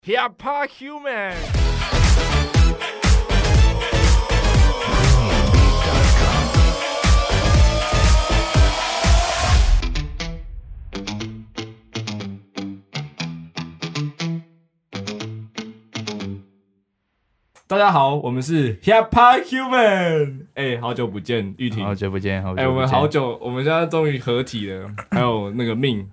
Hip Hop Human。大家好，我们是 Hip Hop Human。好久不见，玉婷。 好久不见，好久不见。 我们好久，我们现在终于合体了。还有那个命。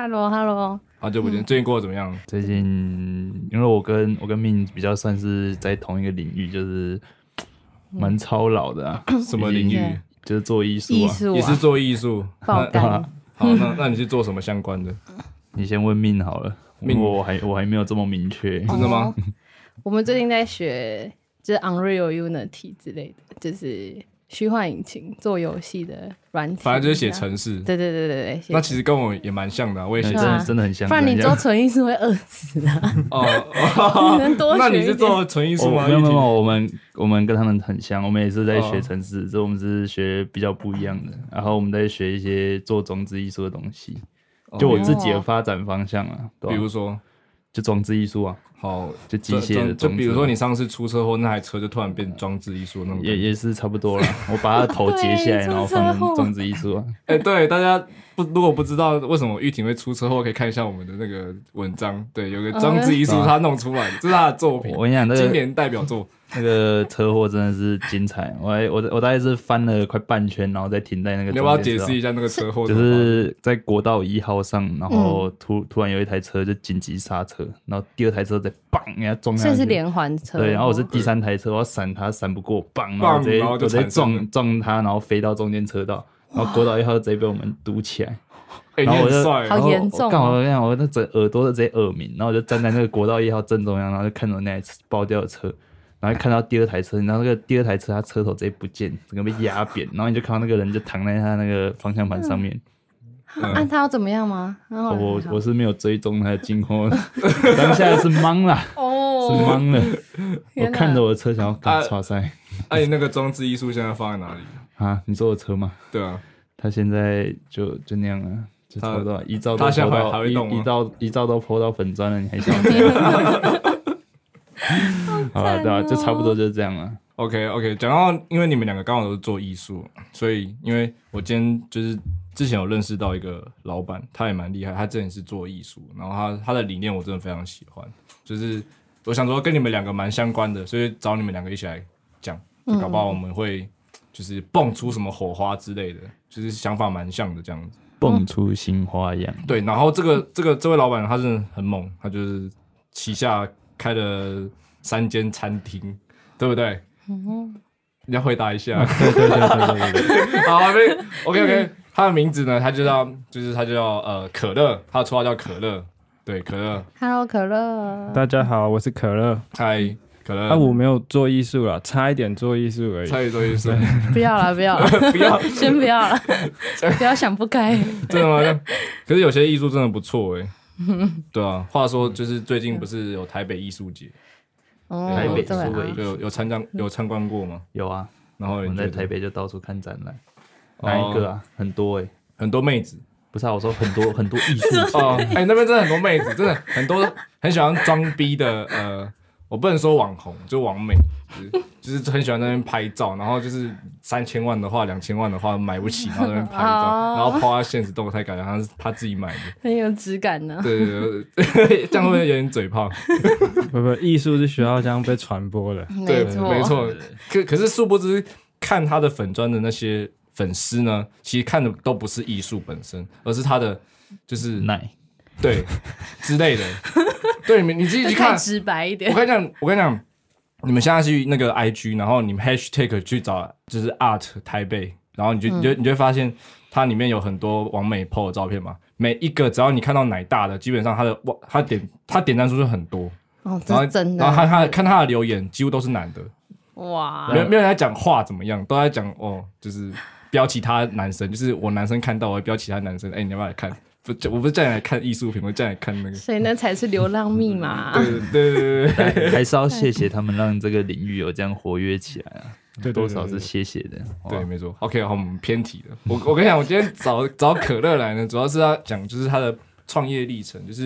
Hello。 好久不见，最近过得怎么样？ 最近因为我跟命比较算是在同一个领域，就是蛮操劳的啊。 什么领域？ 就是做艺术啊， 也是做艺术。 爆肝。 好，那你是做什么相关的？ 你先问命好了，命我还没有这么明确。 真的吗？ 我们最近在学就是 Unreal Unity 之类的，就是虚幻引擎做游戏的软体， 反正就是写程式。 对。 那其实跟我也蛮像的啊，我也写真的很像。 不然你做纯艺术会饿死啊！你能多学一点。 那你是做纯艺术吗？ 没有，我们跟他们很像，我们也是在学程式，只是我们是学比较不一样的。然后我们在学一些做装置艺术的东西，就我自己的发展方向啊。比如说， 就装置艺术啊。 好， 就机械的装置， 就比如说你上次出车祸，那台车就突然变装置艺术那种， 也是差不多啦。我把它头截下来，然后放成装置艺术啊。 对，大家如果不知道为什么玉婷会出车祸，可以看一下我们的那个文章。对，有个装置艺术他弄出来的，这是他的作品。 我跟你讲， 今年代表作。 那个车祸真的是精彩，我大概是翻了快半圈，然后再停在那个。 你要不要解释一下那个车祸？ 就是在国道1号上，然后突然有一台车就紧急刹车，然后第二台车再砰给它撞下去。 这是连环车。 对，然后我是第三台车，我要闪它闪不过，砰，然后我直接撞它，然后飞到中间车道，然后国道1号直接被我们堵起来。 然后我就好严重。 刚好我那整耳朵都直接耳鸣，然后我就站在那个国道1号正中央，然后就看到那台爆掉的车。然后看到第二台车，然后那个第二台车，它车头直接不见，整个被压扁，然后你就看到那个人就躺在他那个方向盘上面。 他要怎么样吗？ 我是没有追踪他的近况，当下是懵啦，是懵了。我看着我的车想要赶超赛。 你那个装置艺术现在放在哪里啊？你说我车吗？ 对啊， 他现在就那样了，就差不多遗照都他现在还会动吗？ 遗照都 po 到粉专了，你还想要？好了，对啊，就差不多就是这样了。 OK， 讲到，因为你们两个刚好都是做艺术，所以因为我今天就是之前有认识到一个老板，他也蛮厉害，他之前是做艺术，然后他的理念我真的非常喜欢，就是我想说跟你们两个蛮相关的，所以找你们两个一起来讲，就搞不好我们会就是蹦出什么火花之类的，就是想法蛮像的这样子， 蹦出新花样。 对，然后这位老板他真的很猛，他就是旗下开了3间餐厅，对不对？你要回答一下。 对。 好 ，OK， 他的名字呢，他就叫可乐，他的绰号叫可乐，对，可乐。 Hello， 可乐。 大家好，我是可乐。 嗨，可乐。 我没有做艺术啦，差一点做艺术而已。 差一点做艺术。 不要了，不要，先不要了，不要想不开。 真的吗？可是有些艺术真的不错对啊，话说就是最近不是有台北艺术节？ 台北艺术节有参观过吗？ 有啊， 然后我们在台北就到处看展览。哪一个啊？很多很多妹子。 不是啊，我说很多艺术节。 那边真的很多妹子，真的很多很喜欢装逼的我不能说网红，就网美，就是很喜欢在那边拍照，然后就是3000万的话、2000万的话买不起，然后在那边拍照，然后抛他现实动态，感觉好像是他自己买的， 很有质感呢。 对，这样会不会有点嘴炮？ 不，艺术是需要这样被传播的。 对，没错。可是殊不知，看他的粉专的那些粉丝呢，其实看的都不是艺术本身，而是他的就是奶， 对之类的。对，你自己去看， 太直白一点。 我跟你讲，你们现在去那个 IG， 然后你们 hashtag 去找就是 art 台北，然后你就会发现它里面有很多网美 po 的照片嘛，每一个只要你看到奶大的，基本上他点赞数就很多。 这是真的。 然后他看他的留言几乎都是男的。 哇， 没有人在讲话怎么样，都在讲就是标其他男生，就是我男生看到我会标其他男生，你要不要来看？我不是叫你来看艺术品，我叫你来看那个。 所以那才是流浪密码。 对， 还是要谢谢他们让这个领域有这样活跃起来啊。对，多少是谢谢的。 对，没错。OK， 好，我们偏题了。我跟你讲，我今天找可乐来呢，主要是要讲就是他的创业历程，就是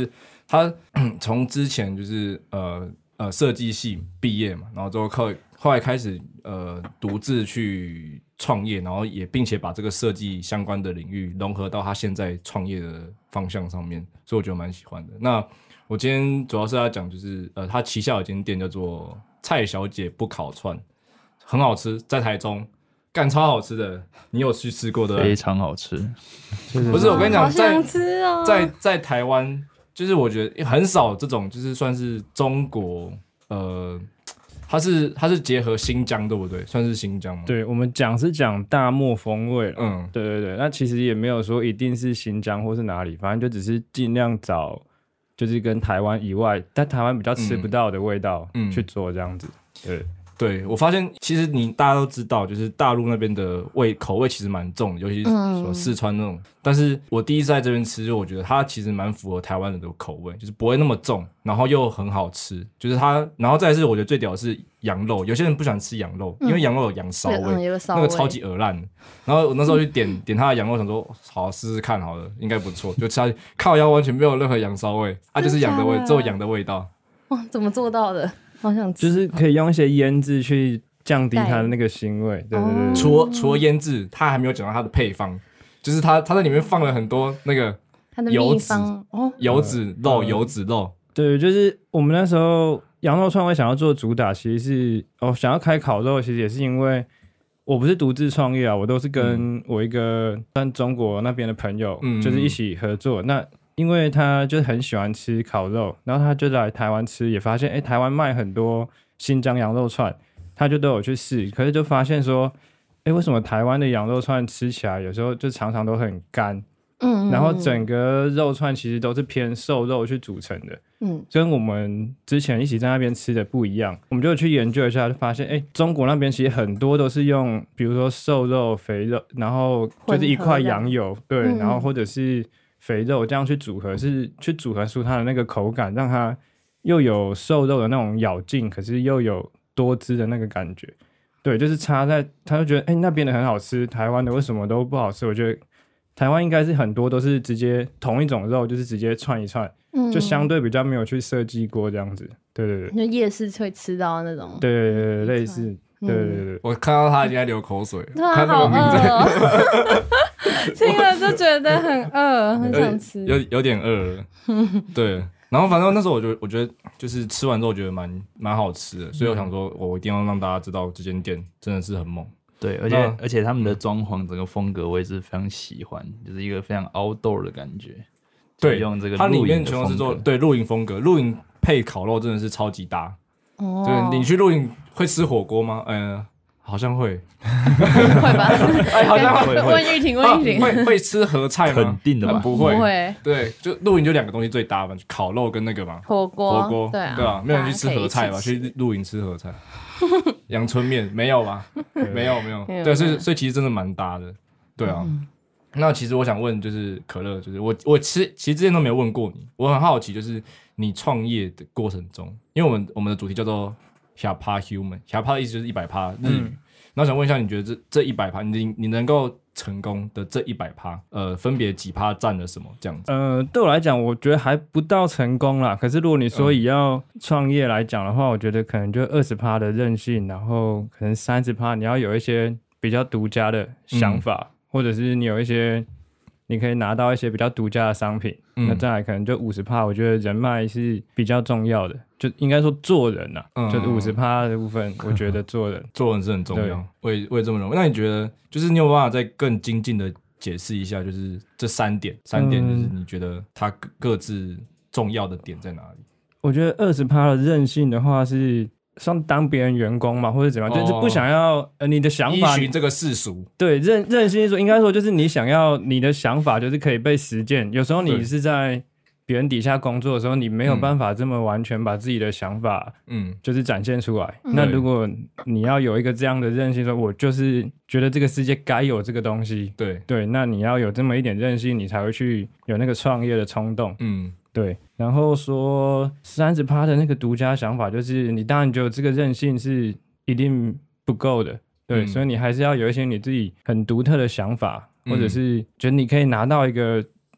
他从之前就是设计系毕业嘛，然后之后后来开始独自去创业，然后也并且把这个设计相关的领域融合到他现在创业的方向上面，所以我觉得蛮喜欢的。那我今天主要是要讲就是他旗下有一间店叫做蔡小姐不烤串，很好吃，在台中。干超好吃的，你有去吃过的？ 非常好吃。 不是我跟你讲， 好想吃哦， 在台湾，就是我觉得很少这种，就是算是中国，它是结合新疆，对不对？算是新疆吗？ 对，我们讲是讲大漠风味了。 对对对，那其实也没有说一定是新疆或是哪里，反正就只是尽量找就是跟台湾以外，但台湾比较吃不到的味道去做这样子。 对，我发现其实大家都知道，就是大陆那边的口味其实蛮重的，尤其是什么四川那种。但是我第一次在这边吃，就我觉得它其实蛮符合台湾人的口味，就是不会那么重，然后又很好吃。就是它，然后再来是我觉得最屌的是羊肉，有些人不喜欢吃羊肉，因为羊肉有羊骚味，那个超级恶烂。然后我那时候去点它的羊肉，想说好试试看好了，应该不错，就吃下去，靠腰完全没有任何羊骚味，就是羊的味，只有羊的味道。 哇，怎么做到的？好想吃， 就是可以用一些腌制去降低它的那个腥味。对对对， 除了腌制，它还没有讲到它的配方，就是它在里面放了很多那个油脂油脂肉。 对，就是我们那时候羊肉串会想要做主打，其实是想要开烤肉，其实也是因为我不是独自创业啊，我都是跟我一个中国那边的朋友，就是一起合作。那因为他就很喜欢吃烤肉，然后他就来台湾吃，也发现台湾卖很多新疆羊肉串，他就都有去试，可是就发现说为什么台湾的羊肉串吃起来有时候就常常都很干，然后整个肉串其实都是偏瘦肉去组成的，跟我们之前一起在那边吃的不一样。我们就去研究一下，就发现中国那边其实很多都是用比如说瘦肉肥肉，然后就是一块羊油，对，然后或者是肥肉这样去组合，是去组合出它的那个口感，让它又有瘦肉的那种咬劲，可是又有多汁的那个感觉。对，就是差在他就觉得那边的很好吃，台湾的为什么都不好吃？我觉得台湾应该是很多都是直接同一种肉，就是直接串一串，就相对比较没有去设计过这样子。对对对， 就夜市会吃到那种， 对对对，类似。对对对， 我看到他已经在流口水， 对啊，好饿听了就觉得很饿，很想吃， 有点饿了。对，然后反正那时候我觉得就是吃完之后我觉得蛮好吃的，所以我想说我一定要让大家知道这间店真的是很猛。 对，而且他们的装潢整个风格我也是非常喜欢，就是一个非常 outdoor 的感觉。 对， 用这个它里面全都是做露营风格，露营配烤肉真的是超级搭。对，你去露营会吃火锅吗？好像会， 会吧？ 好像会。 问玉婷， 会吃合菜吗？ 肯定的吧， 不会。对，就露营就两个东西最搭嘛，烤肉跟那个嘛， 火锅。对啊，没有人去吃合菜吧？去露营吃合菜，阳春面没有吧？没有。对，所以其实真的蛮搭的。对啊。那其实我想问，就是可乐，就是我其实之前都没有问过你，我很好奇，就是你创业的过程中，因为我们的主题叫做100% human，100% 的意思就是100%日语。然后想问一下，你觉得这100%，你能够成功的这100%，分别几%占了什么这样子？ 对我来讲，我觉得还不到成功啦。可是如果你说以要创业来讲的话，我觉得可能就20%的韧性，然后可能30%你要有一些比较独家的想法，或者是你有一些你可以拿到一些比较独家的商品。那再来可能就50%，我觉得人脉是比较重要的，就应该说做人啊，就是50%的部分，我觉得做人是很重要。我也这么认为。那你觉得，就是你有办法再更精进的解释一下，就是这3点，就是你觉得它各自重要的点在哪里？ 我觉得20%的韧性的话是像当别人员工嘛，或者怎么样，就是不想要你的想法依循这个世俗。 对，韧性说应该说就是你想要你的想法就是可以被实践。有时候你是在别人底下工作的时候，你没有办法这么完全把自己的想法就是展现出来。那如果你要有一个这样的韧性，说我就是觉得这个世界该有这个东西，对，那你要有这么一点韧性，你才会去有那个创业的冲动。对，然后说30%的那个独家想法，就是你当然觉得这个韧性是一定不够的，对，所以你还是要有一些你自己很独特的想法，或者是觉得你可以拿到一个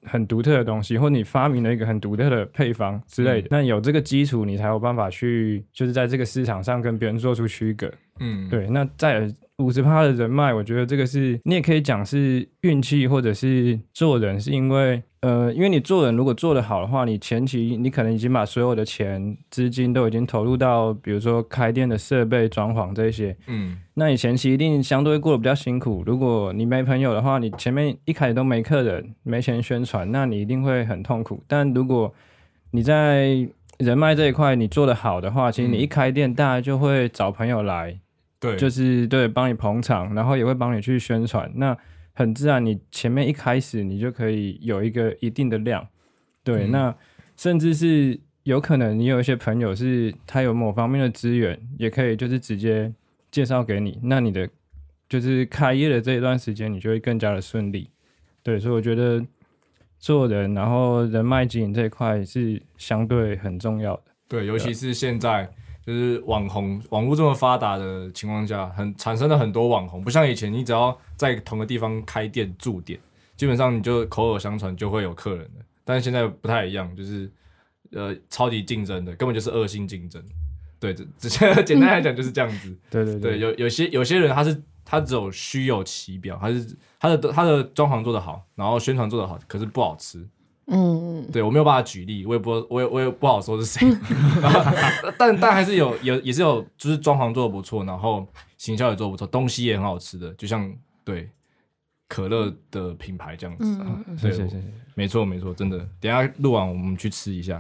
很独特的东西，或你发明了一个很独特的配方之类的，那有这个基础，你才有办法去就是在这个市场上跟别人做出区隔。对。那再来50%的人脉，我觉得这个是你也可以讲是运气，或者是做人，是因为你做人如果做得好的话，你前期你可能已经把所有的钱资金都已经投入到比如说开店的设备装潢这些，那你前期一定相对过得比较辛苦。如果你没朋友的话，你前面一开始都没客人，没钱宣传，那你一定会很痛苦。但如果你在人脉这一块你做得好的话，其实你一开店大家就会找朋友来， 对， 就是对帮你捧场，然后也会帮你去宣传，那很自然你前面一开始你就可以有一个一定的量。对。那甚至是有可能你有一些朋友是他有某方面的资源，也可以就是直接介绍给你，那你的就是开业的这一段时间你就会更加的顺利。对。所以我觉得做人然后人脉经营这一块是相对很重要的。 对，尤其是现在就是网络这么发达的情况下，产生了很多网红，不像以前你只要在同个地方开店驻点，基本上你就口耳相传就会有客人了。但是现在不太一样，就是超级竞争的，根本就是恶性竞争。对，简单来讲就是这样子。对，有些人他只有虚有其表，他的装潢做得好，然后宣传做得好，可是不好吃。对，我没有办法举例，我也不好说是谁。但还是也是有，就是装潢做得不错，然后行销也做得不错，东西也很好吃的，就像对可乐的品牌这样子。 谢谢。 没错，真的。等一下录完我们去吃一下。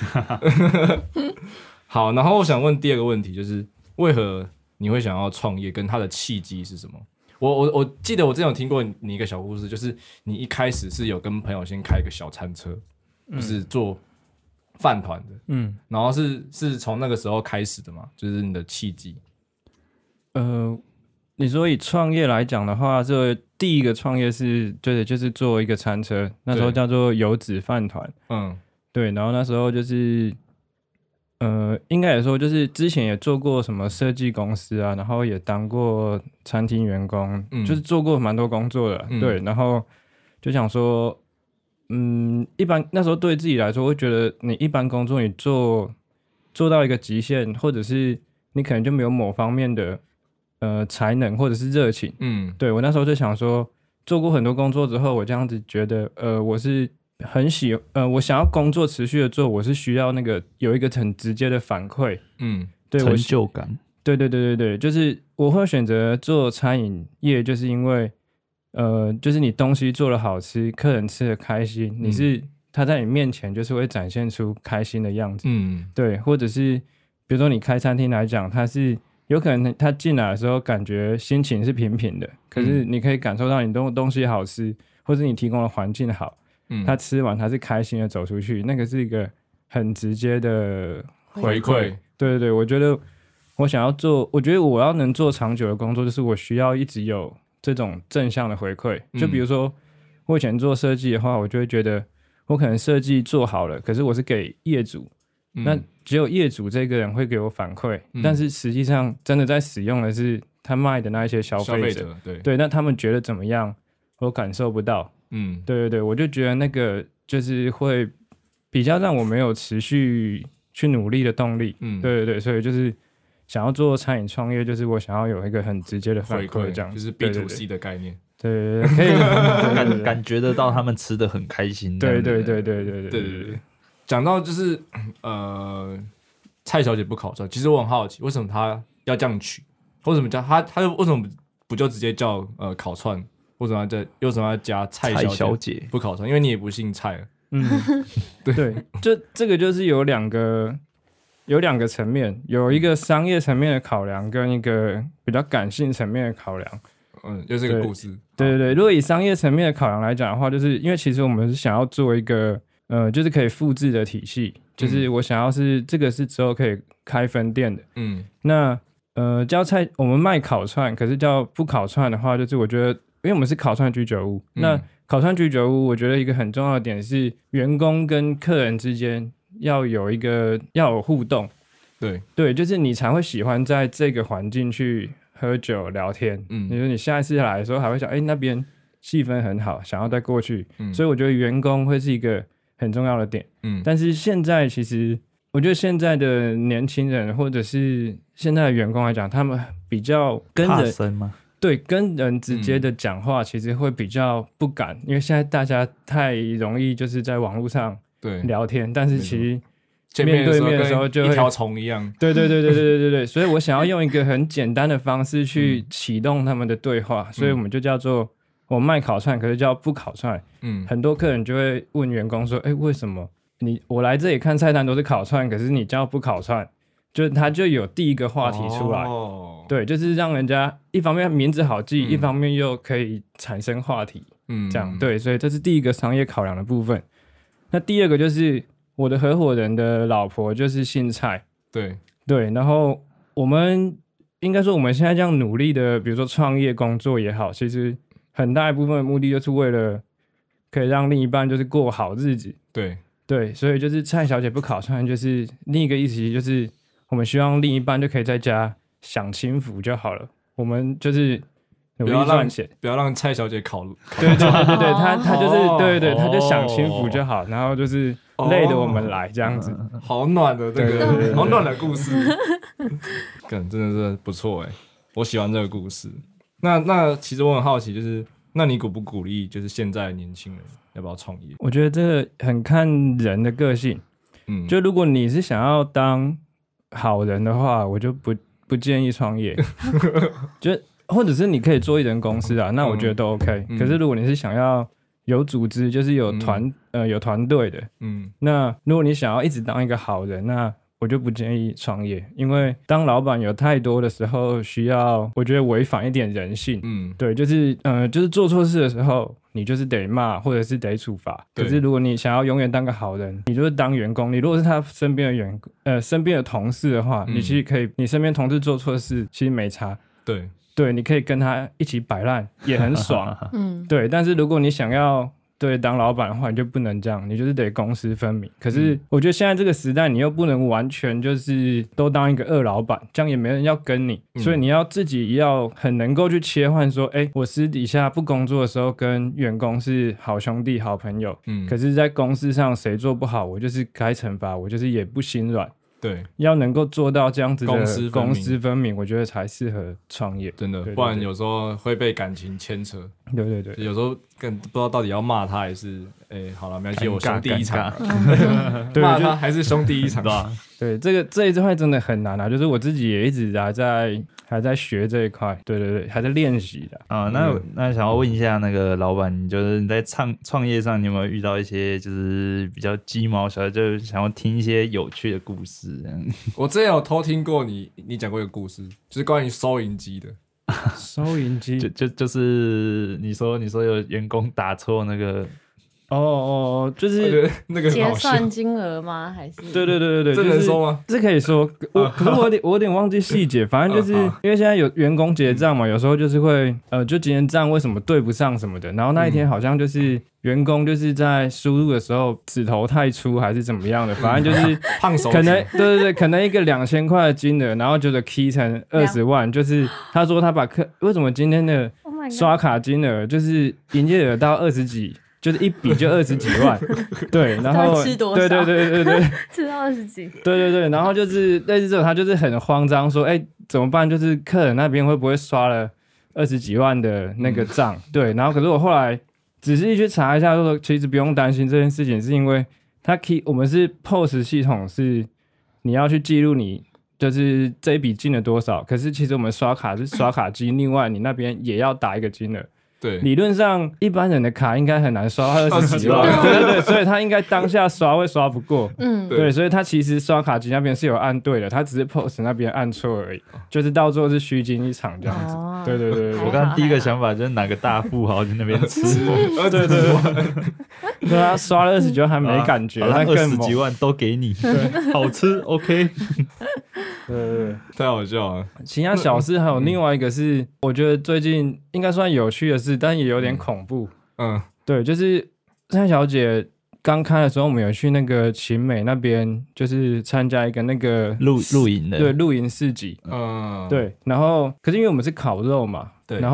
好，然后我想问第二个问题，就是为何你会想要创业，跟他的契机是什么？我记得我之前有听过你一个小故事，就是你一开始是有跟朋友先开一个小餐车，就是做饭团的，然后是从那个时候开始的嘛，就是你的契机。 你说以创业来讲的话，这第一个创业是对的，就是做一个餐车，那时候叫做油脂饭团。对，然后那时候就是应该也说就是之前也做过什么设计公司啊，然后也当过餐厅员工，就是做过蛮多工作的。对，然后就想说一般那时候对自己来说会觉得你一般工作你做到一个极限，或者是你可能就没有某方面的才能或者是热情。对，我那时候就想说做过很多工作之后，我这样子觉得我是很我想要工作持续的做，我是需要那个有一个很直接的反馈。对， 成就感。 对，就是我会选择做餐饮业，就是因为就是你东西做的好吃，客人吃的开心，他在你面前就是会展现出开心的样子。对，或者是比如说你开餐厅来讲，他是有可能他进来的时候感觉心情是平平的，可是你可以感受到你东西好吃，或者你提供的环境好，他吃完他是开心的走出去，那个是一个很直接的回馈。 对，我觉得我想要做，我觉得我要能做长久的工作，就是我需要一直有这种正向的回馈。就比如说我以前做设计的话，我就会觉得我可能设计做好了，可是我是给业主，那只有业主这个人会给我反馈，但是实际上真的在使用的是他卖的那一些消费者。对，那他们觉得怎么样，我感受不到。对，我就觉得那个就是会比较让我没有持续去努力的动力。对，所以就是想要做餐饮创业，就是我想要有一个很直接的反馈，这样就是 B2C 的概念。 对，可以感觉得到他们吃的很开心。 对。 讲到就是蔡小姐不烤串，其实我很好奇，为什么她要这样取？为什么叫她为什么不就直接叫烤串？为什么要加蔡小姐不烤串？因为你也不姓蔡。 对，这个就是有两个层面，有一个商业层面的考量，跟一个比较感性层面的考量。 又是一个故事。 对，如果以商业层面的考量来讲的话，就是因为其实我们是想要做一个就是可以复制的体系，就是我想要是这个是之后可以开分店的。那叫菜我们卖烤串，可是叫不烤串的话，就是我觉得因为我们是烤串居酒屋，那烤串居酒屋我觉得一个很重要的点是员工跟客人之间要有互动。对，就是你才会喜欢在这个环境去喝酒聊天。你说你下一次来的时候还会想，那边气氛很好，想要再过去，所以我觉得员工会是一个很重要的点。但是现在其实我觉得现在的年轻人或者是现在的员工来讲，他们比较跟怕人生吗？ 对跟人直接的讲话，其实会比较不敢，因为现在大家太容易就是在网络上对聊天，但是其实见面对面的时候就会跟一条虫一样。 对，所以我想要用一个很简单的方式去启动他们的对话，所以我们就叫做我卖烤串，可是叫不烤串。很多客人就会问员工说：“为什么我来这里看菜单都是烤串，可是你叫不烤串？”就他就有第一个话题出来，对，就是让人家一方面名字好记，一方面又可以产生话题，这样对，所以这是第一个商业考量的部分。那第二个就是我的合伙人的老婆就是姓蔡，对，然后我们应该说我们现在这样努力的，比如说创业工作也好，其实很大一部分的目的就是为了可以让另一半就是过好日子，对，所以就是蔡小姐不烤串，就是另一个意思就是我们希望另一半就可以在家享清福就好了，我们就是努力赚钱， 不要让蔡小姐烤。 对，他就是对，他就享清福就好，然后就是累的我们来这样子， 好暖的这个， 对好暖的故事，真的是不错我喜欢这个故事。那其实我很好奇，就是那你鼓不鼓励就是现在的年轻人要不要创业？ 我觉得这个很看人的个性，就如果你是想要当好人的话，我就不建议创业，就或者是你可以做一人公司啊，那我觉得都 OK。可是如果你是想要有组织，就是有团队的，那如果你想要一直当一个好人，那我就不建议创业，因为当老板有太多的时候需要，我觉得违反一点人性。对，就是做错事的时候，你就是得骂或者是得处罚。可是如果你想要永远当个好人，你就是当员工。你如果是他身边的身边的同事的话，你其实可以，你身边同事做错事，其实没差。对，你可以跟他一起摆烂，也很爽。对。但是如果你想要当老板的话，你就不能这样，你就是得公私分明。可是我觉得现在这个时代，你又不能完全就是都当一个二老板，这样也没人要跟你，所以你要自己要很能够去切换说，我私底下不工作的时候跟员工是好兄弟好朋友，可是在公司上谁做不好，我就是该惩罚，我就是也不心软。对，要能够做到这样子的公私分明，我觉得才适合创业。真的， 不然有时候会被感情牵扯。 对， 有时候更不知道到底要骂他还是好了，没关系，我兄弟一场。骂他还是兄弟一场， 对，这一块真的很难啊，就是我自己也一直还在学这一块，对，还在练习的啊。那想要问一下那个老板，就是你在创业上，你有没有遇到一些就是比较鸡毛小的，就是想要听一些有趣的故事这样？ 我之前有偷听过你讲过一个故事，就是关于收银机的。 收银机就是你说有员工打错那个。 就是那个结算金额吗？还是对， 这能说吗？ 这可以说，可是我有点忘记细节。反正就是因为现在有员工结账嘛，有时候就是会就今天账为什么对不上什么的。然后那一天好像就是员工就是在输入的时候指头太粗还是怎么样的，反正就是胖手指， 可能对，可能一个2000块的金额，然后觉得 key 成20万，就是他说他把为什么今天的刷卡金额就是营业额到20几。就是一笔就20几万，对，然后吃多少？ 对， 吃到20几， 对，然后就是类似这种，他就是很慌张，说，怎么办？就是客人那边会不会刷了20几万的那个账？对，然后可是我后来仔细去查一下，说其实不用担心这件事情，是因为我们是 POS 系统，是你要去记录你就是这一笔进了多少，可是其实我们刷卡是刷卡机，另外你那边也要打一个金额。对，理论上一般人的卡应该很难刷到20几万，对，所以他应该当下刷会刷不过，对，所以他其实刷卡机那边是有按对的，他只是 POS 那边按错而已，就是到最后是虚惊一场这样子。对， 我刚刚第一个想法就是哪个大富豪在那边吃， 对啊，刷了20几万还没感觉，他更 20几万都给你，好吃 OK。 对， 太好笑了。 其他小事还有另外一个是，我觉得最近应该算有趣的事，但也有点恐怖。对，就是蔡小姐刚开的时候，我们有去那个秦美那边，就是参加一个那个露营的， 对，露营市集。对，然后可是因为我们是烤肉嘛，对，然后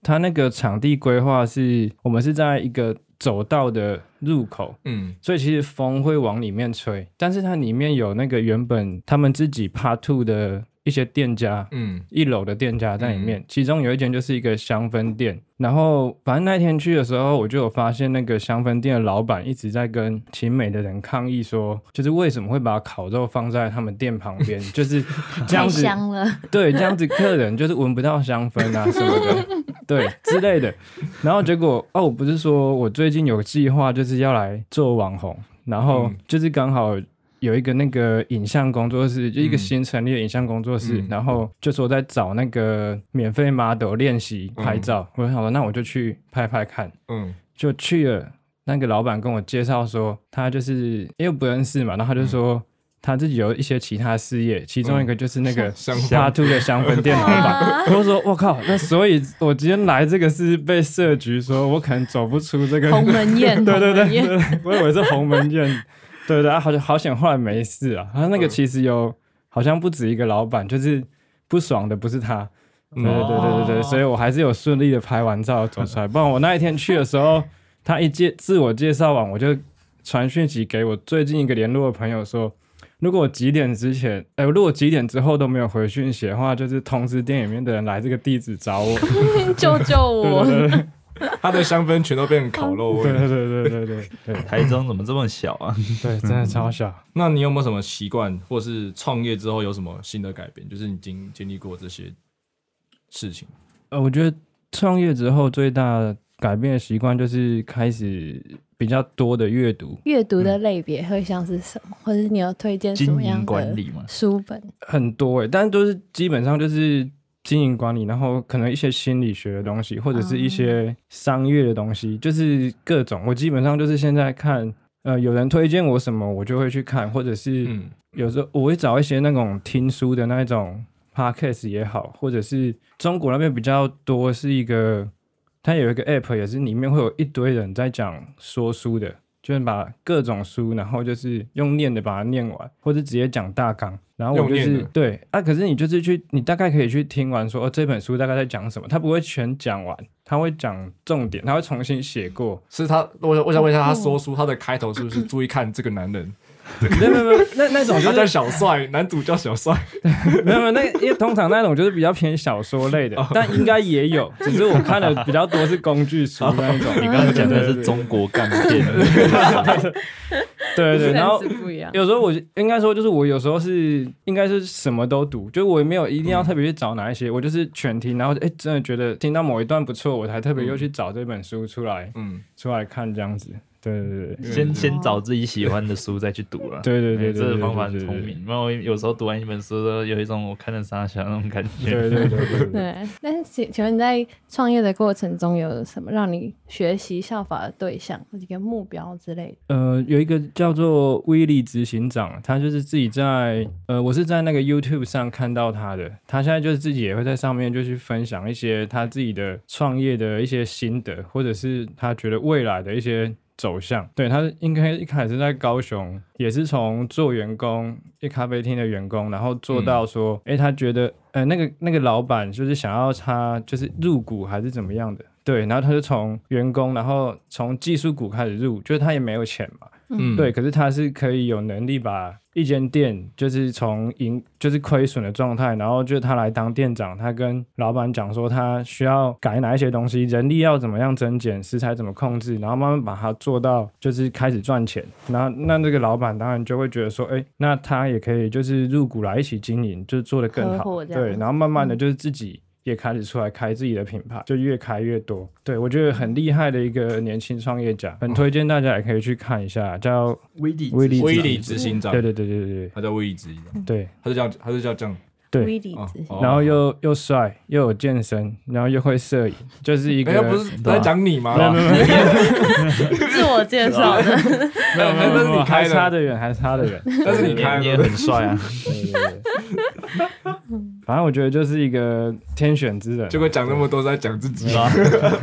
它那个场地规划是我们是在一个走道的入口，所以其实风会往里面吹，但是它里面有那个原本他们自己 Part 2的一些店家，1楼的店家在里面，其中有一间就是一个香氛店，然后反正那天去的时候我就有发现那个香氛店的老板一直在跟勤美的人抗议说，就是为什么会把烤肉放在他们店旁边，就是这样子太香了， 对，这样子客人就是闻不到香氛啊什么的对之类的，然后结果我不是说我最近有计划就是要来做网红，然后就是刚好有一个那个影像工作室，就一个新成立的影像工作室，然后就说在找那个免费 model 练习拍照，我就想说那我就去拍拍看，就去了。那个老板跟我介绍说，他就是因为不认识嘛，然后他就说他自己有一些其他事业，其中一个就是那个Part 2的香氛店老板。我就说我靠，那所以我今天来这个是被设局说我可能走不出这个鸿门宴， 对，我以为是鸿门宴。对，好险后来没事啊。他那个其实有好像不止一个老板，就是不爽的不是他。对，所以我还是有顺利的拍完照走出来。不然我那一天去的时候，他自我介绍完，我就传讯息给我最近一个联络的朋友说，如果我几点之前，如果几点之后都没有回讯息的话，就是通知店里面的人来这个地址找我， 救救我！ 对他的香氛全都变成烤肉味。 对， 台中怎么这么小啊？ 对，真的超小。 那你有没有什么习惯，或是创业之后有什么新的改变？就是你经历过这些事情。 我觉得创业之后最大改变的习惯就是开始比较多的阅读。 阅读的类别会像是什么？或者你有推荐什么样的书本？ 很多但都是基本上就是经营管理，然后可能一些心理学的东西，或者是一些商业的东西，就是各种。我基本上就是现在看，有人推荐我什么，我就会去看，或者是有时候我会找一些那种听书的那种 podcast 也好，或者是中国那边比较多是一个，它有一个 app 也是里面会有一堆人在讲说书的，就是把各种书，然后就是用念的把它念完，或者直接讲大纲。然后我就是对可是你就是你大概可以去听完说这本书大概在讲什么，他不会全讲完，他会讲重点，他会重新写过。 是他，我想问一下，他说书他的开头是不是注意看这个男人？ 没有，那种他叫小帅，男主叫小帅。 没有，因为通常那种就是比较偏小说类的，但应该也有，只是我看的比较多是工具书那一种。 你刚刚讲的是中国干片。 对，然后有时候我应该说就是我有时候是应该是什么都读，就我也没有一定要特别去找哪一些，我就是全听，然后真的觉得听到某一段不错，我才特别又去找这本书出来看这样子。对， 先找自己喜欢的书再去读了。 对， 这个方法很聪明。然后有时候读完一本书都有一种我看了傻笑那种感觉。 对。但是请问你在创业的过程中有什么让你学习效法的对象或者一个目标之类的？ 有一个叫做威力执行长，他就是自己在我是在那个 YouTube 上看到他的，他现在就是自己也会在上面就去分享一些他自己的创业的一些心得，或者是他觉得未来的一些走向。对，他应该一开始在高雄，也是从做员工，一咖啡厅的员工，然后做到说，他觉得那个老板就是想要他就是入股还是怎么样的，对，然后他就从员工，然后从技术股开始入，就是他也没有钱嘛，对，可是他是可以有能力把一间店就是从就是亏损的状态，然后就是他来当店长，他跟老板讲说他需要改哪一些东西，人力要怎么样增减，食材怎么控制，然后慢慢把它做到就是开始赚钱。然后那这个老板当然就会觉得说，那他也可以就是入股来一起经营，就是做得更好，对，然后慢慢的就是自己也开始出来开自己的品牌，就越开越多。对，我觉得很厉害的一个年轻创业家，很推荐大家也可以去看一下，叫威力执行长。 对， 他叫威力执行长。 对， 他就叫这样。 对， 威力执行， 然后又帅，又有健身，然后又会摄影，就是一个。 不是在讲你吗？ 没有， 自我介绍的。 没有，那是你开的， 还差得远。 但是你开的也很帅啊。 对。反正我觉得就是一个天选之人。 结果讲那么多是在讲自己吗？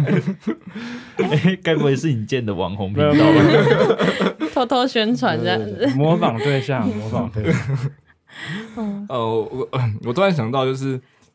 该不会是你建的网红频道吧？偷偷宣传这样子。 模仿对象。 我突然想到，就是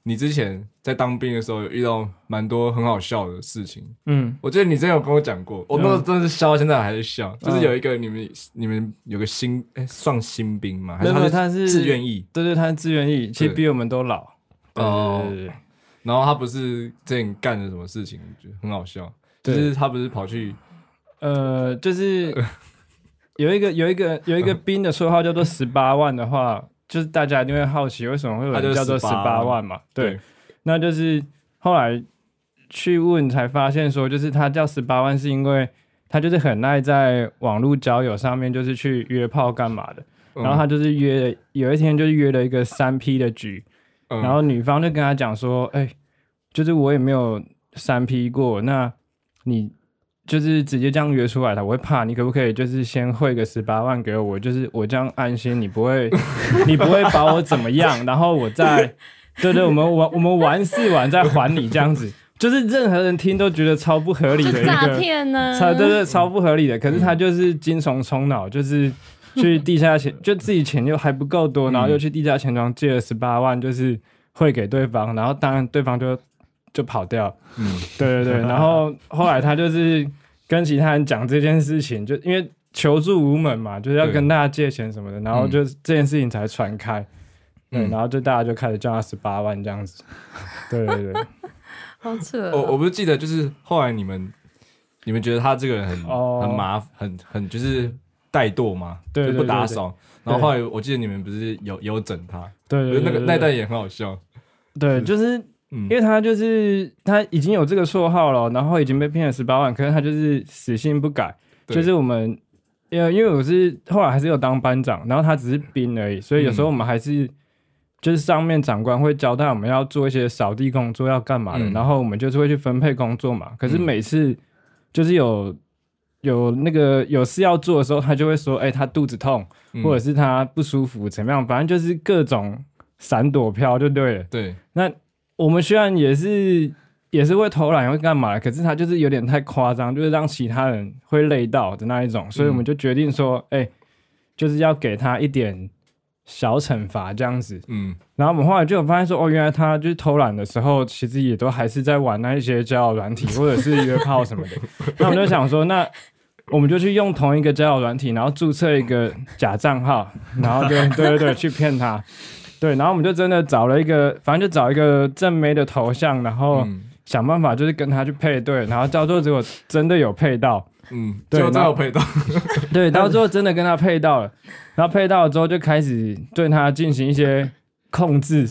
你之前在当兵的时候有遇到蛮多很好笑的事情。我记得你之前有跟我讲过，我那时候真的是笑到现在还是笑。就是有一个你们有个算新兵吗？还是他是自愿役？ 对，他是自愿役，其实比我们都老。对。 然后他不是之前干了什么事情，我觉得很好笑。就是他不是跑去， 就是有一个兵的绰号叫做18万的话，就是大家一定会好奇为什么会有人叫做18万嘛？对，那就是后来去问才发现说，就是他叫18万是因为他就是很爱在网络交友上面就是去约炮干嘛的，然后他就是有一天就是约了一个3P 的局。然后女方就跟他讲说，就是我也没有3P 过，那你就是直接这样约出来的，我会怕，你可不可以就是先汇个18万给我，就是我这样安心，你不会把我怎么样，然后我再对，我们完事完再还你这样子，就是任何人听都觉得超不合理的一个诈骗呢， 对，超不合理的，可是他就是精虫充脑，就是去地下钱，就自己钱又还不够多，然后又去地下钱庄借了18万，就是汇给对方，然后当然对方就跑掉。对，然后后来他就是跟其他人讲这件事情，就因为求助无门嘛，就是要跟大家借钱什么的，然后就这件事情才传开。对，然后就大家就开始叫他18万这样子。对， 好扯。 我不是记得，就是后来你们觉得他这个人很麻烦，很就是怠惰嘛， 对， 就不打扫。然后后来我记得你们不是有整他， 对， 那段也很好笑。 对，就是因为他已经有这个绰号了，然后已经被骗了18万，可是他就是死性不改。就是我们因为我是后来还是有当班长，然后他只是兵而已，所以有时候我们还是就是上面长官会交代我们要做一些扫地工作要干嘛的，然后我们就是会去分配工作嘛。可是每次就是有那个有事要做的时候，他就会说他肚子痛，或者是他不舒服怎么样，反正就是各种闪躲飘就对了。 对， 那我们虽然也是会偷懒会干嘛，可是他就是有点太夸张，就是让其他人会累到的那一种，所以我们就决定说就是要给他一点小惩罚这样子。然后我们后来就有发现说原来他就是偷懒的时候其实也都还是在玩那一些交友软体或者是约炮什么的。那我们就想说那我们就去用同一个交友软体，然后注册一个假账号，然后就对去骗他。对，然后我们就真的找了一个，反正就找一个正妹的头像，然后想办法就是跟他去配对，然后到最后结果真的有配到。 对，真的有配到。 对，到最后真的跟他配到了，然后配到了之后就开始对他进行一些控制。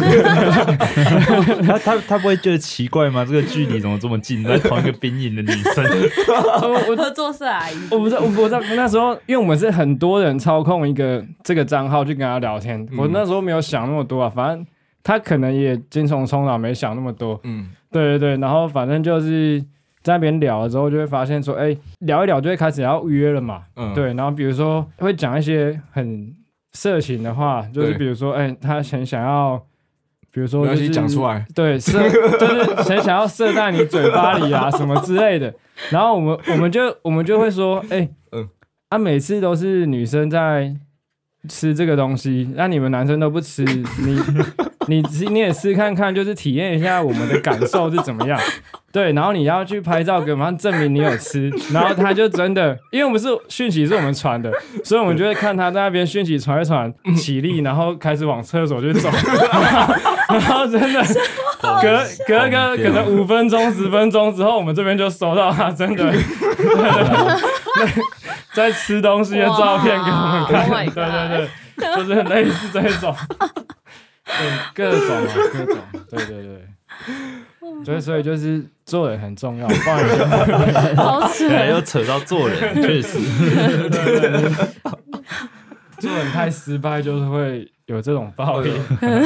他不会觉得奇怪吗？这个距离怎么这么近，在同一个兵营的女生？ 我合作社阿姨， 我不知道那时候，因为我们是很多人操控这个账号去跟他聊天，我那时候没有想那么多啊，反正他可能也精虫充脑，没想那么多。对，然后反正就是在那边聊了之后，就会发现说，聊一聊就会开始要约了嘛。对，然后比如说会讲一些很色情的话，就是比如说，他很想要，比如说就是讲出来， 对，就是很想要射在你嘴巴里啊什么之类的。然后我们就会说，每次都是女生在吃这个东西，那你们男生都不吃，你也试看看，就是体验一下我们的感受是怎么样。对，然后你要去拍照给我们证明你有吃，然后他就真的，因为我们是讯息是我们传的，所以我们就会看他在那边讯息传一传，起立，然后开始往厕所去走，然后真的隔个可能5分钟10分钟之后，我们这边就收到他真的在吃东西的照片给我们看。对，就是类似这种。各种，对，所以就是做人很重要，不然好扯， 又扯到做人，确实， 对，做人太失败就是会有这种报应。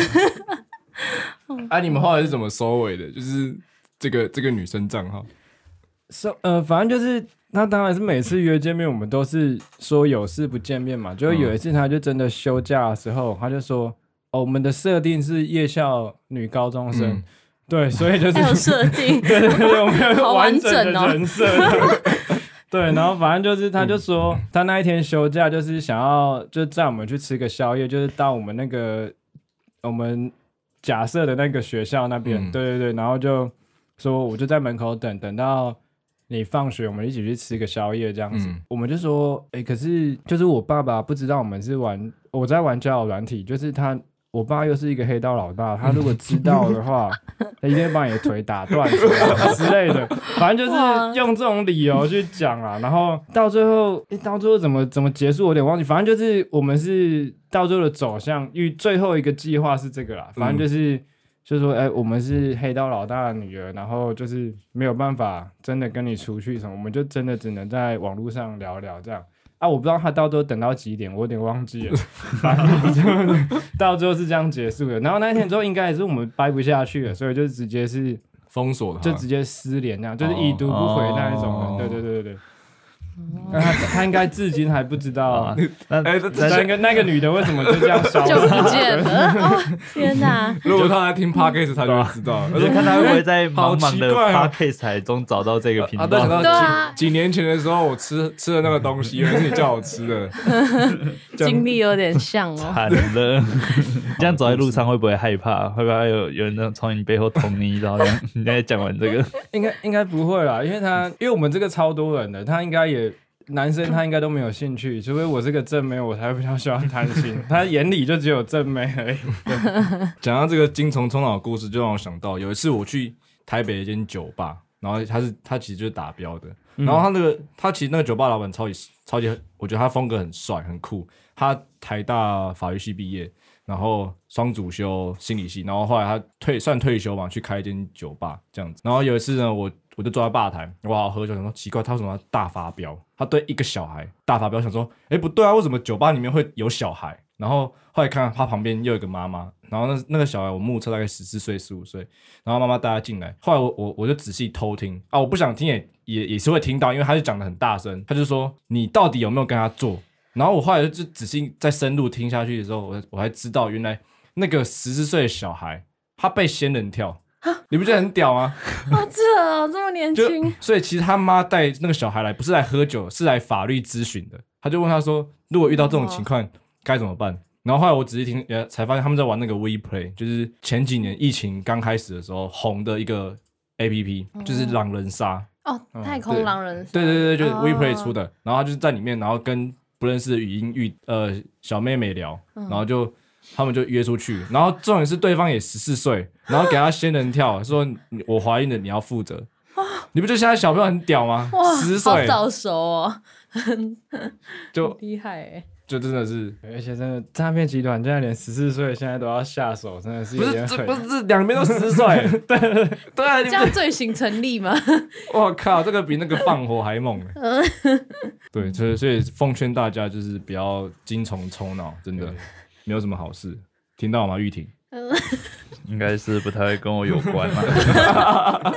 你们后来是怎么收尾的？就是这个女生账号， 反正就是他当然是每次约见面，我们都是说有事不见面嘛。就有一次他就真的休假的时候，他就说。我们的设定是夜校女高中生，对，所以就是还有设定， 对，我们有完整的人设，对，然后反正就是他就说他那一天休假就是想要就载我们去吃个宵夜，就是到我们假设的那个学校那边，对对对，然后就说我就在门口等到你放学，我们一起去吃个宵夜这样子。我们就说，可是就是我爸爸不知道我在玩交友软体，就是我爸又是一个黑道老大，他如果知道的话，他一定会把你的腿打断之类的，反正就是用这种理由去讲啊。然后到最后怎么结束，我有点忘记。反正就是我们是到最后的走向，最后一个计划是这个啦。反正就是说，我们是黑道老大的女儿，然后就是没有办法真的跟你出去什么，我们就真的只能在网络上聊聊这样。我不知道他到最后等到几点，我有点忘记了。反正就到最后是这样结束的。然后那一天之后，应该也是我们掰不下去了，所以就直接是封锁的， 就直接失联那样，就是已读不回那一种的。对。那他应该至今还不知道，那个女的为什么就这样消失就不见了。天哪！ 如果他在听 podcast， 他就知道。 我就看他会不会在茫茫的 podcast 海中找到这个频道。 对啊， 几年前的时候，我吃了那个东西，原来是你叫我吃的。 经历有点像哦。 惨了，这样走在路上会不会害怕？会不会有人从你背后捅你一刀？你刚才讲完这个， 应该不会啦，因为我们这个超多人的，他应该也。男生他应该都没有兴趣，除非我是个正妹，我才会比较喜欢谈心。他眼里就只有正妹而已。 讲到这个精虫充脑的故事，就让我想到有一次我去台北的一间酒吧，然后他其实就是打标的，然后他其实那个酒吧老板超级，我觉得他风格很帅很酷。他台大法律系毕业，然后双主修心理系，然后后来他算退休嘛，去开一间酒吧这样子。然后有一次呢，我就坐在吧台，我好好喝酒，想说奇怪，他为什么要大发飙？他对一个小孩大发飙，想说，不对啊，为什么酒吧里面会有小孩？然后后来看他旁边又有一个妈妈，然后那个小孩我目测大概14岁15岁，然后妈妈带他进来，后来我就仔细偷听啊，我不想听也是会听到，因为他就讲得很大声，他就说你到底有没有跟他做？然後我後來就仔細再深入聽下去的時候，我才知道原來那個14歲的小孩他被仙人跳，你不覺得很屌嗎？ 好扯哦，這麼年輕。 所以其實他媽帶那個小孩來不是來喝酒，是來法律諮詢的。他就問他說，如果遇到這種情況該怎麼辦？然後後來我仔細聽才發現他們在玩那個 WePlay， 就是前幾年疫情剛開始的時候紅的一個 APP， 就是狼人殺。 哦，太空狼人殺。 對對對，就是 WePlay 出的，然後他就是在裡面，然後跟不認識的語音小妹妹聊，然後他們就約出去，然後重點是對方也14歲，然後給他仙人跳，說我懷孕了你要負責。你不覺得現在小朋友很屌嗎？ 哇，10歲，好早熟哦， 就厲害欸。 就真的是， 而且真的詐騙集團，現在連14歲現在都要下手，真的是有點狠。 不是兩邊都10歲，對啊， 這樣罪行成立嗎？ 我靠，這個比那個放火還猛。對，所以奉勸大家就是不要精蟲充腦，真的沒有什麼好事。聽到嗎，玉婷？ 應該是不太跟我有關嘛。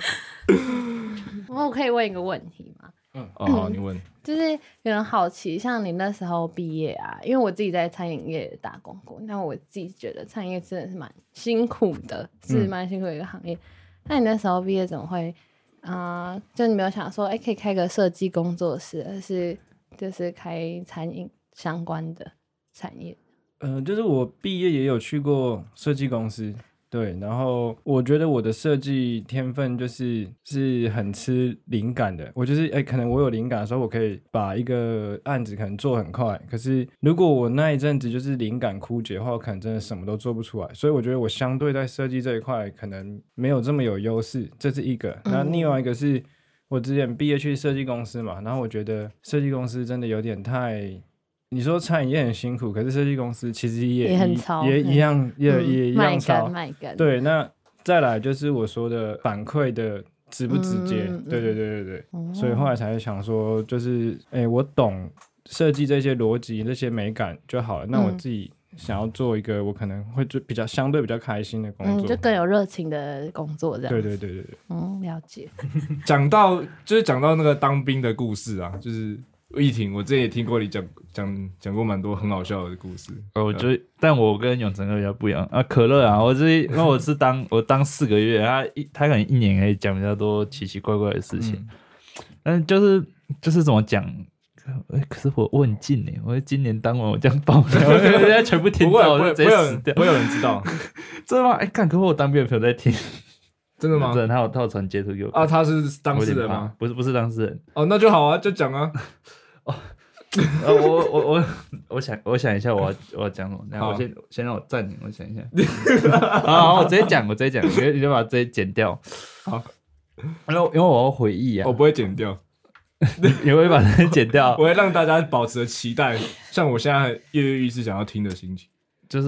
我可以問一個問題嗎？ 好，你問。 就是有人好奇，像你那時候畢業啊，因為我自己在餐飲業打工過，但我自己覺得餐飲業真的是蠻辛苦的，是蠻辛苦的一個行業。那你那時候畢業怎麼會就你沒有想說可以開個設計工作室，而是就是開餐飲相關的產業？ 就是我畢業也有去過設計公司，對，然後我覺得我的設計天分是很吃靈感的。我就是可能我有靈感的時候，我可以把一個案子可能做很快，可是如果我那一陣子就是靈感枯竭的話，我可能真的什麼都做不出來。所以我覺得我相對在設計這一塊可能沒有這麼有優勢，這是一個。那另外一個是我之前畢業去設計公司嘛，然後我覺得設計公司真的有點太，你說餐飲也很辛苦，可是設計公司其實也很操，也一樣操。 賣乾。 對，那再來就是我說的反饋的直不直接，對，所以後來才會想說，就是我懂設計這些邏輯、這些美感就好了。那我自己想要做一個我可能會相對比較開心的工作， 就更有熱情的工作這樣。 對， 了解。 講到那個當兵的故事啊，就是玉婷，我之前也聽過你講過蠻多很好笑的故事。 我覺得，但我跟永成哥比較不一樣啊。可樂啊，因為我是當4個月，他可能1年可以講比較多奇奇怪怪的事情。但就是怎麼講？可是我很近耶，我今年當完我這樣爆料，人家全部聽到，我就直接死掉。 不會有人知道。 真的吗？哎，干，可我当兵的朋友在听， 真的吗？ 真的，他有传截图给我啊，他是当事人吗？ 不是当事人。 哦，那就好啊，就讲啊。 我想一下我要讲什么。我先让我暂停，我想一下。好，我直接讲，你就把这些剪掉。 好， 因为我要回忆啊。 我不会剪掉。 你会把它剪掉？ 我会让大家保持期待，像我现在跃跃欲试想要听的心情。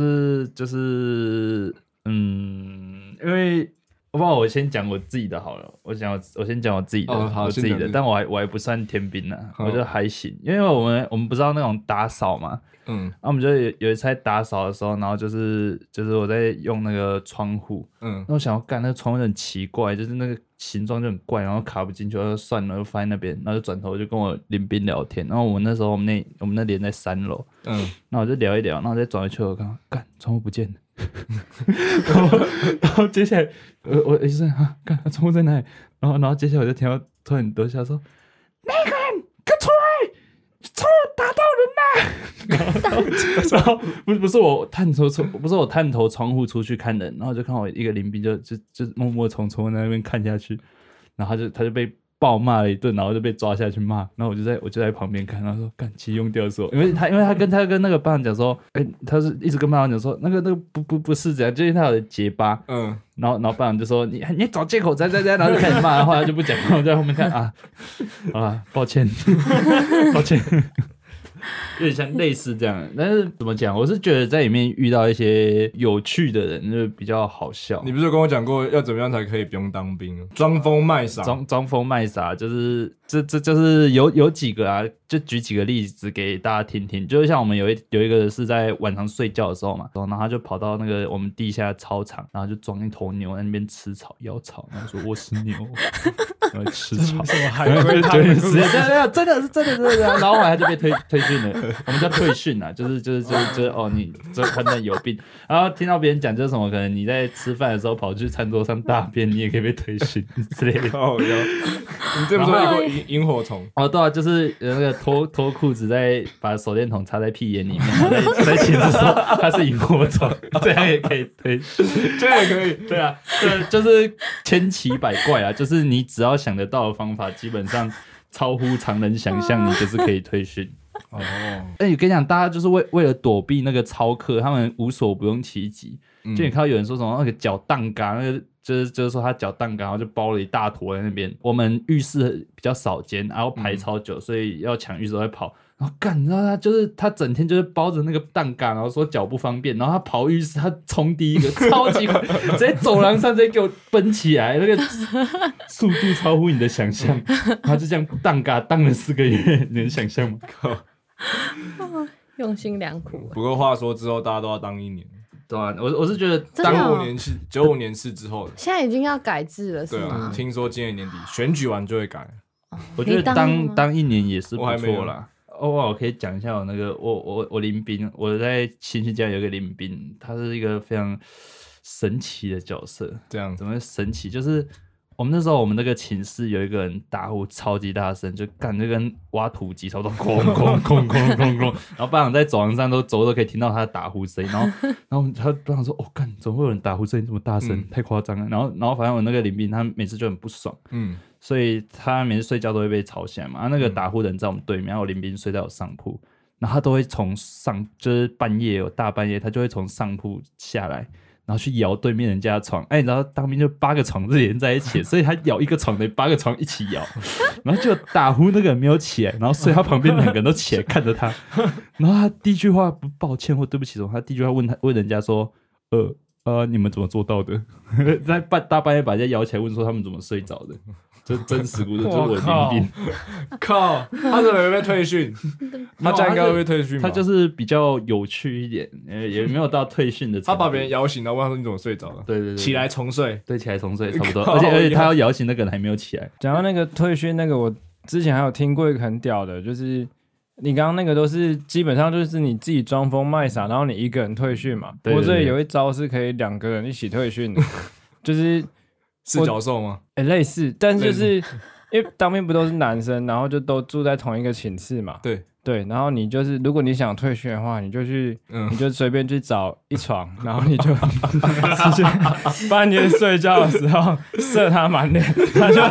因为我不知道，我先讲我自己的好了。我先讲我自己的，我自己的，但我还不算天兵啊，我觉得还行。因为我们不知道那种打扫嘛，然后我们就有一次在打扫的时候，然后就是我在用那个窗户，那我想要干那个窗户很奇怪，就是那个形状就很怪，然后卡不进去，我就算了，就放在那边，然后就转头就跟我邻兵聊天。然后我们那连在3楼，那我就聊一聊，然后再转回去，我看干窗户不见了。然后接下来我一声干窗户在哪里？然后接下来我就听到突然多下说那个人快出来，窗户打到人啦！然后不是我探头窗户出去看人，然后就看我一个邻兵就默默从窗户那边看下去，然后他就被暴骂了一顿，然后就被抓下去骂，然后我就在旁边看，然后说干其用掉说，因为他跟那个班长讲说，他是一直跟班长讲说那个不是这样，就是他有结巴，然后班长就说你找借口在，然后就开始骂，然后他就不讲，然后我在后面看啊，好啦，抱歉。有点像类似这样，但是怎么讲？我是觉得在里面遇到一些有趣的人，就比较好笑。 你不是有跟我讲过要怎么样才可以不用当兵？装疯卖傻， 装疯卖傻，就是这就是有几个啊，就举几个例子给大家听听。就是像我们有一个是在晚上睡觉的时候嘛，然后他就跑到那个我们地下操场，然后就装一头牛在那边吃草咬草，然后说我是牛，然后吃草， 什么海龟汤？对， 真的，然后后来他就被退训了。我们叫退训啊，就是哦，你这可能有病。然后听到别人讲就是什么，可能你在吃饭的时候跑去餐桌上大便，你也可以被退训之类的。 你这不是有过萤火虫？ 哦，对啊，就是那个脱裤子，再把手电筒插在屁眼里面，在寝室说它是萤火虫，这样也可以退训， 这样也可以。 对啊，就是千奇百怪啊，就是你只要想得到的方法，基本上超乎常人想象，你就是可以退训。我跟你讲，大家就是为了躲避那个操课，他们无所不用其极。就你看到有人说什么那个脚荡嘎，那个就是说他脚荡嘎，然后就包了一大坨在那边。我们浴室比较少间，然后排超久，所以要抢浴室都在跑。然后干，你知道他整天就是包着那个荡嘎，然后说脚不方便，然后他跑浴室，他冲第一个，超级快，直接走廊上直接给我奔起来，那个速度超乎你的想象。他就这样荡嘎荡了4个月，你能想象吗？ 用心良苦。 不过话说之后，大家都要当1年。 对啊，我是觉得当95年是之后的， 现在已经要改制了，是吗？ 对啊，听说今年年底选举完就会改。 我觉得当1年也是不错啦。我可以讲一下我那个我林兵，我在新西家有一个林兵，他是一个非常神奇的角色。 这样怎么神奇？就是我们那时候我们那个寝室有一个人打呼超级大声，就干就跟挖土机差不多，空，然后班长在走廊上都可以听到他的打呼声，然后他班长说哦干，怎么会有人打呼声这么大声，太夸张了。然后反正我那个林兵他每次就很不爽，所以他每次睡觉都会被吵醒来嘛。那个打呼的人在我们对面，然后我林兵睡在我上铺，然后他都会从就是大半夜他就会从上铺下来。然后去摇对面人家的床，你知道当兵就8个床是连在一起，所以他摇一个床得8个床一起摇，然后就打呼那个人没有起来，然后所以他旁边2个人都起来看着他，然后他第一句话不抱歉或对不起什么，他第一句话问人家说，你们怎么做到的？在大半夜把人家摇起来问说他们怎么睡着的。这真实故事，就是我林兵。 靠，他怎么会被退训？他这样应该会被退训吧？ 他就是比较有趣一点，也没有到退训的程度。 他把别人摇醒，然后问他说你怎么睡着了？ 对， 起来重睡， 对，起来重睡差不多。而且他要摇醒那个人还没有起来。 讲到那个退训，那个我之前还有听过一个很屌的，就是你刚刚那个都是基本上就是你自己装疯卖傻，然后你一个人退训嘛。我这里有一招是可以2个人一起退训的，就是四角兽吗？ 类似，但是就是因为当兵不都是男生，然后就都住在同一个寝室嘛。 对对，然后你就是如果你想退训的话，你就去，你就随便去找一床，然后你就直接半夜睡觉的时候射他满脸，他就。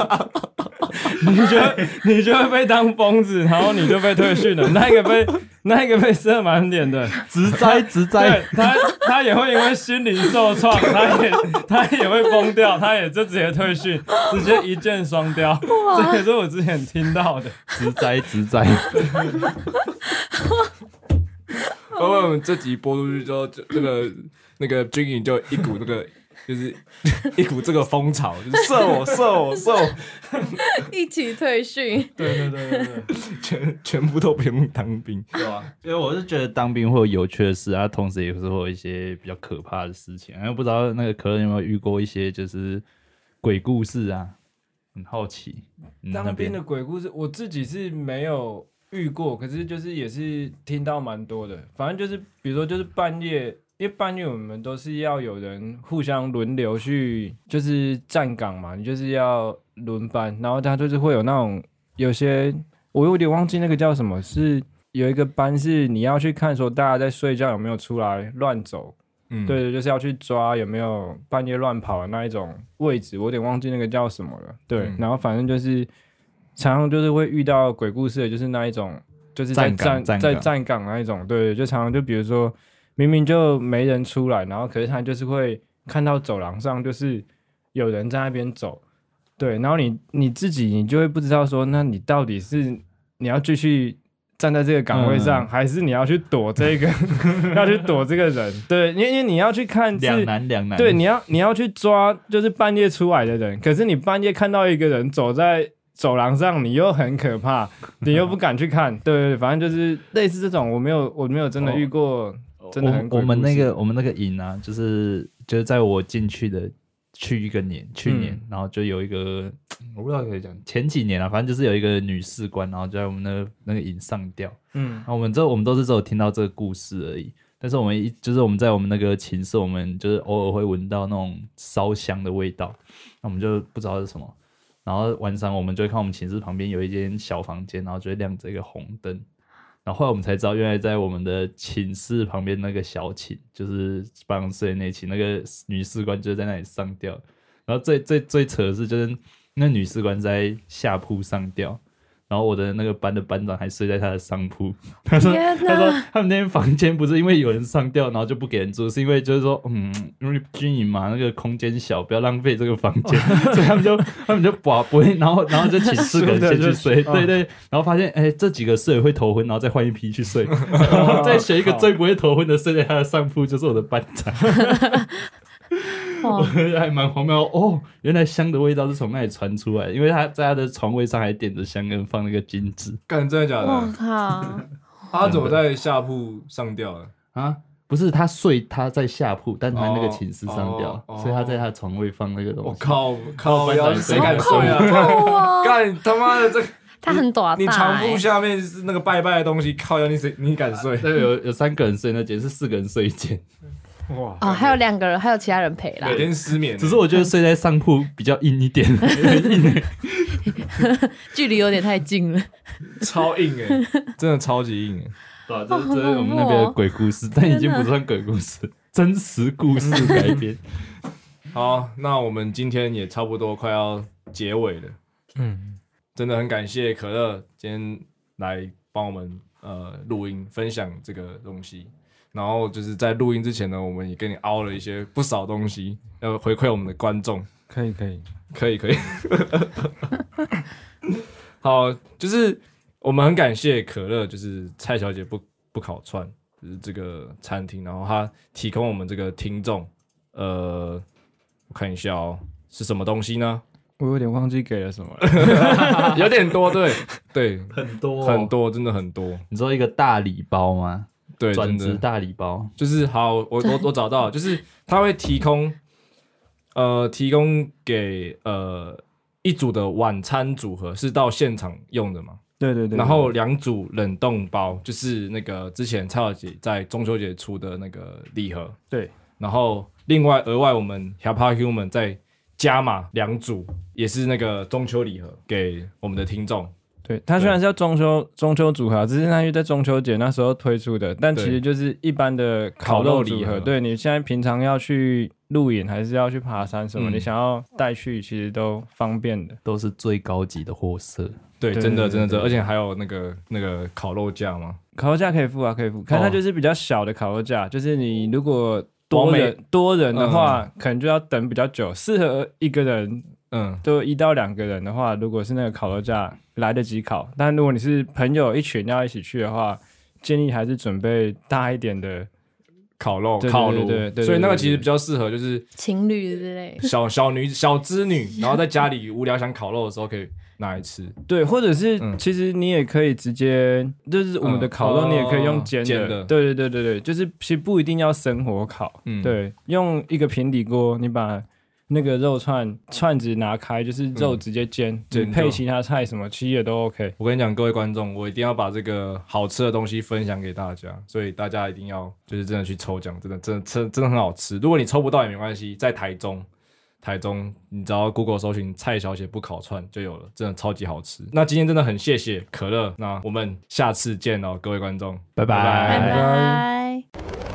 你就会被当疯子，然后你就被退训了。那个被射满脸的， 直栽， 对他也会因为心灵受创，他也会疯掉，他也就直接退训，直接一箭双雕。这也是我之前听到的， 直栽。 包括我们这集播出去之后，就那个军营就一股就是一股这个风潮，就是射我， 一起退训。 对，全部都不用当兵， 对吧？因为我是觉得当兵会有有趣的事啊，同时也是会有一些比较可怕的事情。因为不知道那个可乐有没有遇过一些就是鬼故事啊？很好奇。 当兵的鬼故事，我自己是没有遇过，可是就是也是听到蛮多的。反正就是比如说就是半夜。因为半夜我们都是要有人互相轮流去，就是站岗嘛，你就是要轮班，然后他就是会有那种有些我有点忘记那个叫什么，是有一个班是你要去看说大家在睡觉有没有出来乱走，对，就是要去抓有没有半夜乱跑的那一种位置，我有点忘记那个叫什么了，对，然后反正就是常常就是会遇到鬼故事的，就是那一种就是在站岗那一种，对，就常常就比如说。明明就没人出来，然后可是他就是会看到走廊上就是有人在那边走，对，然后你自己你就会不知道说，那你到底是你要继续站在这个岗位上，还是你要去躲这个要去躲这个人？对，因为你要去看两难， 对，你要去抓就是半夜出来的人，可是你半夜看到一个人走在走廊上，你又很可怕，你又不敢去看，对，反正就是类似这种，我没有真的遇过。真的很我们那个营啊，就是在我进去的去年，然后就有一个我不知道可以讲前几年啊，反正就是有一个女士官，然后就在我们那个营上吊，然后我们都是只有听到这个故事而已，但是我们在我们那个寝室，我们就是偶尔会闻到那种烧香的味道，那我们就不知道是什么，然后晚上我们就会看我们寝室旁边有一间小房间，然后就会亮着一个红灯。然后后来我们才知道，原来在我们的寝室旁边那个小寝，就是办公室的那寝，那个女士官就在那里上吊。然后最扯的是，就是那女士官在下铺上吊，然后我的那个班的班长还睡在他的上铺。他说他们那间房间不是因为有人上吊，然后就不给人住，是因为就是说，因为军营嘛，那个空间小，不要浪费这个房间，所以他们就不会，然后就请4个人先去睡，对，然后发现这几个睡会头昏，然后再换一批去睡，然后再选一个最不会头昏的睡在他的上铺，就是我的班长。我觉得还蛮荒谬哦，原来香的味道是从那里传出来的，因为他在他的床位上还点着香跟放那个金纸。 干，真的假的？ 我靠！ 他怎么在下铺上吊了啊？不是他在下铺，但他那个寝室上吊，所以他在他的床位放那个东西。 我靠！谁敢睡啊？干他妈的这！ 他很短， 你床铺下面是那个拜拜的东西，靠腰你敢睡？ 对，有3个人睡那间，是4个人睡一间。 哇！哦，还有2个人，还有其他人陪啦。 每天失眠， 只是我觉得睡在上铺比较硬一点， 距离有点太近了， 超硬真的超级硬对啊，这是我们那边的鬼故事，但已经不算鬼故事，真实故事改编。 好，那我们今天也差不多快要结尾了。真的很感谢可乐今天来帮我们录音分享这个东西。然后就是在录音之前呢，我们也跟你凹了一些不少东西，要回馈我们的观众。 可以。 好，就是我们很感谢可乐，就是蔡小姐不烤串，就是这个餐厅，然后她提供我们这个听众，我看一下是什么东西呢？ 我有点忘记给了什么了， 有点多，对， 很多， 真的很多。 你说一个大礼包吗？ 对， 转职大礼包就是好，我找到了，就是他会提供给一组的晚餐组合是到现场用的嘛？ 对， 然后2组冷冻包，就是那个之前蔡小姐在中秋节出的那个礼盒， 对， 然后另外额外我们 Happy Human 再加码2组，也是那个中秋礼盒给我们的听众。 对，它虽然是叫中秋组合，只是它是在中秋节那时候推出的，但其实就是一般的烤肉组合。对，你现在平常要去露营还是要去爬山什么，你想要带去其实都方便的， 都是最高级的货色。 对，真的，而且还有那个烤肉架吗？ 烤肉架可以付啊，可以付。看它就是比较小的烤肉架，就是你如果多人的话，可能就要等比较久，适合一个人。都1到2个人的话，如果是那个烤肉架来得及烤，但如果你是朋友一群要一起去的话，建议还是准备大一点的烤炉， 对， 所以那个其实比较适合就是情侣之类小织女，然后在家里无聊想烤肉的时候可以拿来吃。 对，或者是其实你也可以直接就是我们的烤肉，你也可以用煎的。对，就是其实不一定要生火烤，对，用一个平底锅，你把那个肉串子拿开，就是肉直接煎，配其他菜什么，其实也都 OK。 我跟你讲，各位观众，我一定要把这个好吃的东西分享给大家，所以大家一定要就是真的去抽奖，真的很好吃。如果你抽不到也没关系，在台中，你只要 Google 搜寻蔡小姐不烤串就有了，真的超级好吃。那今天真的很谢谢可乐，那我们下次见哦，各位观众， 拜拜。 拜拜。